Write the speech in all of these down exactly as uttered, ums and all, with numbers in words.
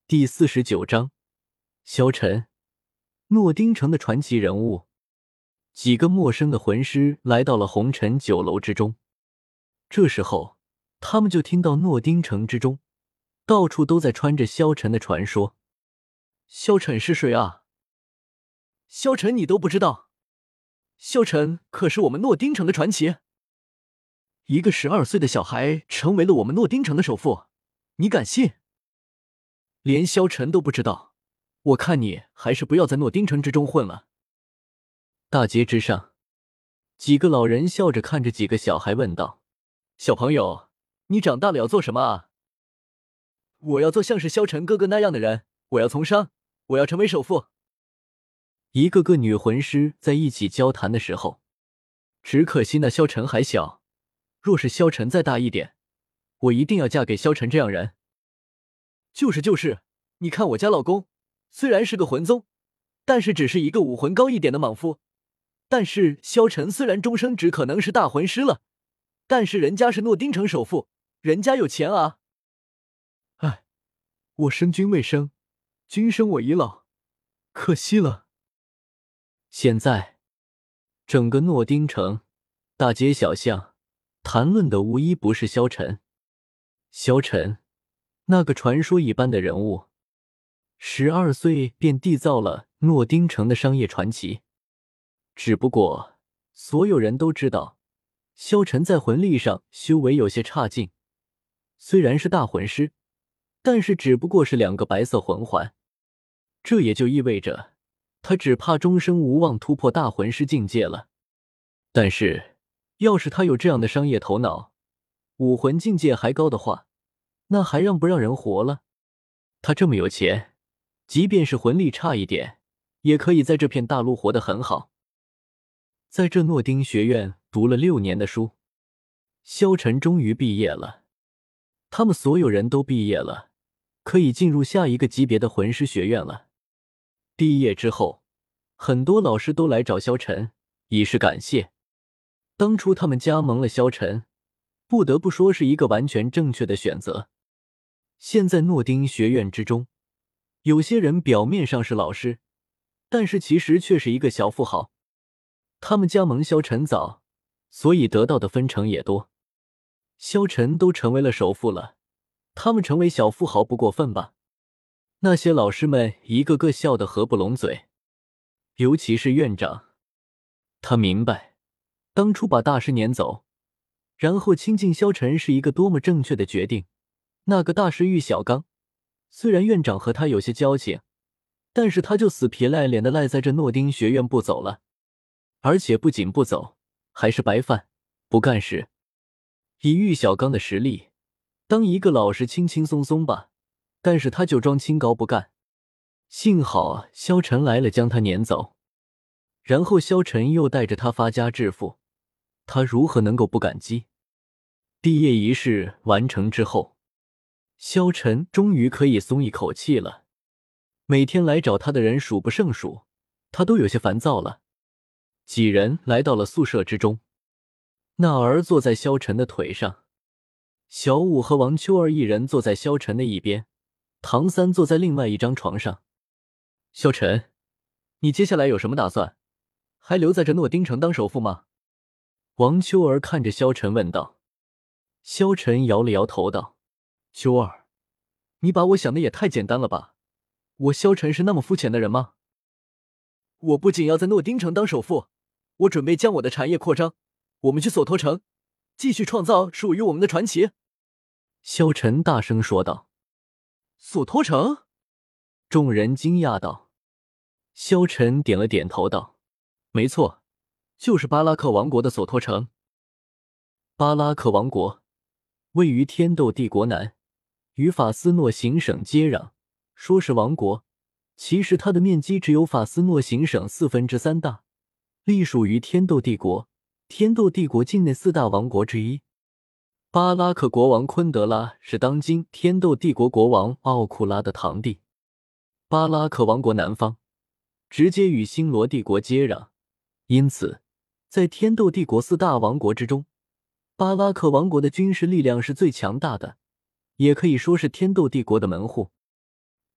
第四十九章，萧晨，诺丁城的传奇人物。几个陌生的魂师来到了红尘酒楼之中。这时候，他们就听到诺丁城之中，到处都在传着萧晨的传说。萧晨是谁啊？萧晨你都不知道？萧晨可是我们诺丁城的传奇。一个十二岁的小孩成为了我们诺丁城的首富，你敢信？连萧晨都不知道，我看你还是不要在诺丁城之中混了。大街之上，几个老人笑着看着几个小孩问道：小朋友，你长大了要做什么啊？我要做像是萧晨哥哥那样的人，我要从商，我要成为首富。一个个女魂师在一起交谈的时候，只可惜那萧晨还小，若是萧晨再大一点，我一定要嫁给萧晨这样人。就是就是，你看我家老公，虽然是个魂宗，但是只是一个武魂高一点的莽夫。但是萧晨虽然终生只可能是大魂师了，但是人家是诺丁城首富，人家有钱啊。哎，我生君未生，君生我已老，可惜了。现在，整个诺丁城，大街小巷，谈论的无一不是萧晨。萧晨。那个传说一般的人物，十二岁便缔造了诺丁城的商业传奇。只不过，所有人都知道，萧晨在魂力上修为有些差劲。虽然是大魂师，但是只不过是两个白色魂环，这也就意味着他只怕终生无望突破大魂师境界了。但是，要是他有这样的商业头脑，武魂境界还高的话，那还让不让人活了？他这么有钱，即便是魂力差一点，也可以在这片大陆活得很好。在这诺丁学院读了六年的书，萧晨终于毕业了。他们所有人都毕业了，可以进入下一个级别的魂师学院了。毕业之后，很多老师都来找萧晨，以示感谢。当初他们加盟了萧晨，不得不说是一个完全正确的选择。现在诺丁学院之中，有些人表面上是老师，但是其实却是一个小富豪。他们加盟萧晨早，所以得到的分成也多。萧晨都成为了首富了，他们成为小富豪不过分吧？那些老师们一个个笑得合不拢嘴，尤其是院长，他明白当初把大师撵走，然后亲近萧晨是一个多么正确的决定。那个大师玉小刚，虽然院长和他有些交情，但是他就死皮赖脸的赖在这诺丁学院不走了，而且不仅不走，还是白饭不干事。以玉小刚的实力，当一个老师轻轻松松吧，但是他就装清高不干。幸好萧晨来了，将他撵走，然后萧晨又带着他发家致富，他如何能够不感激？毕业仪式完成之后，萧晨终于可以松一口气了。每天来找他的人数不胜数，他都有些烦躁了。几人来到了宿舍之中，娜儿坐在萧晨的腿上，小五和王秋儿一人坐在萧晨的一边，唐三坐在另外一张床上。萧晨，你接下来有什么打算？还留在这诺丁城当首富吗？王秋儿看着萧晨问道。萧晨摇了摇头道：秋儿，你把我想的也太简单了吧？我萧晨是那么肤浅的人吗？我不仅要在诺丁城当首富，我准备将我的产业扩张，我们去索托城，继续创造属于我们的传奇。萧晨大声说道。索托城？众人惊讶道。萧晨点了点头道：没错，就是巴拉克王国的索托城。巴拉克王国位于天斗帝国南，与法斯诺行省接壤。说是王国，其实它的面积只有法斯诺行省四分之三大，隶属于天斗帝国，天斗帝国境内四大王国之一。巴拉克国王昆德拉是当今天斗帝国国王奥库拉的堂弟。巴拉克王国南方直接与星罗帝国接壤，因此在天斗帝国四大王国之中，巴拉克王国的军事力量是最强大的，也可以说是天斗帝国的门户。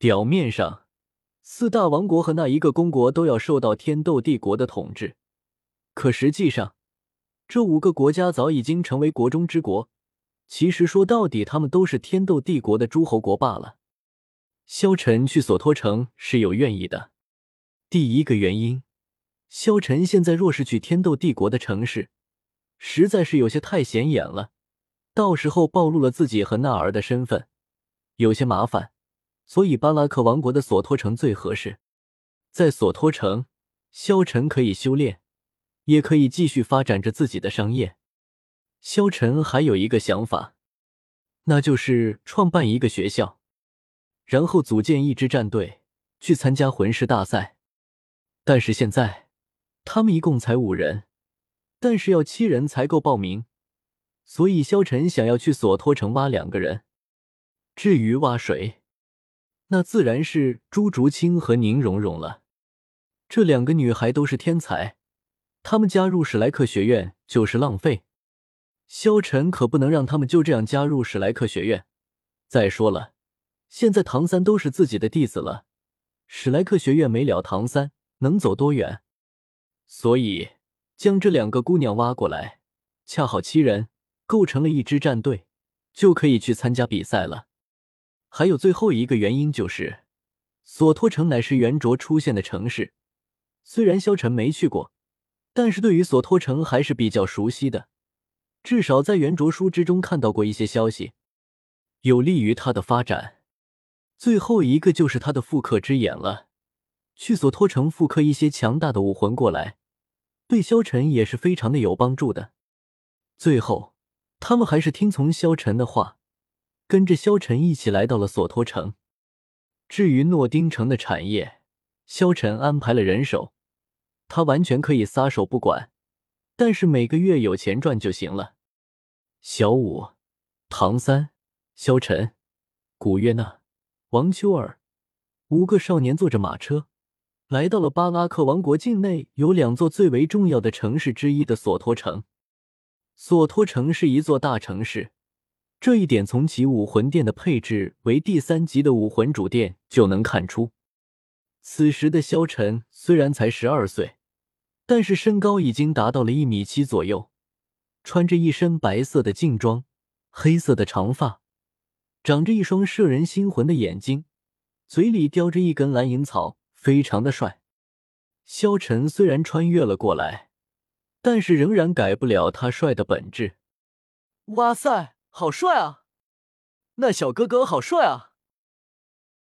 表面上，四大王国和那一个公国都要受到天斗帝国的统治，可实际上，这五个国家早已经成为国中之国。其实说到底，他们都是天斗帝国的诸侯国罢了。萧晨去索托城是有愿意的。第一个原因，萧晨现在若是去天斗帝国的城市，实在是有些太显眼了，到时候暴露了自己和纳尔的身份，有些麻烦，所以巴拉克王国的索托城最合适。在索托城，萧晨可以修炼，也可以继续发展着自己的商业。萧晨还有一个想法，那就是创办一个学校，然后组建一支战队去参加魂师大赛。但是现在他们一共才五人，但是要七人才够报名，所以萧晨想要去索托城挖两个人。至于挖谁，那自然是朱竹清和宁荣荣了。这两个女孩都是天才，她们加入史莱克学院就是浪费。萧晨可不能让他们就这样加入史莱克学院。再说了，现在唐三都是自己的弟子了，史莱克学院没了唐三，能走多远？所以将这两个姑娘挖过来，恰好七人构成了一支战队，就可以去参加比赛了。还有最后一个原因就是，索托城乃是元卓出现的城市，虽然萧晨没去过，但是对于索托城还是比较熟悉的。至少在元卓书之中看到过一些消息，有利于他的发展。最后一个就是他的复刻之眼了，去索托城复刻一些强大的武魂过来，对萧晨也是非常的有帮助的。最后，他们还是听从萧晨的话，跟着萧晨一起来到了索托城。至于诺丁城的产业，萧晨安排了人手，他完全可以撒手不管，但是每个月有钱赚就行了。小舞、唐三、萧晨、古月娜、王秋儿五个少年坐着马车，来到了巴拉克王国境内有两座最为重要的城市之一的索托城。索托城是一座大城市，这一点从其武魂殿的配置为第三级的武魂主殿就能看出。此时的萧晨虽然才十二岁，但是身高已经达到了一米七左右，穿着一身白色的劲装，黑色的长发，长着一双摄人心魂的眼睛，嘴里叼着一根蓝银草，非常的帅。萧晨虽然穿越了过来，但是仍然改不了他帅的本质。哇塞，好帅啊！那小哥哥好帅啊！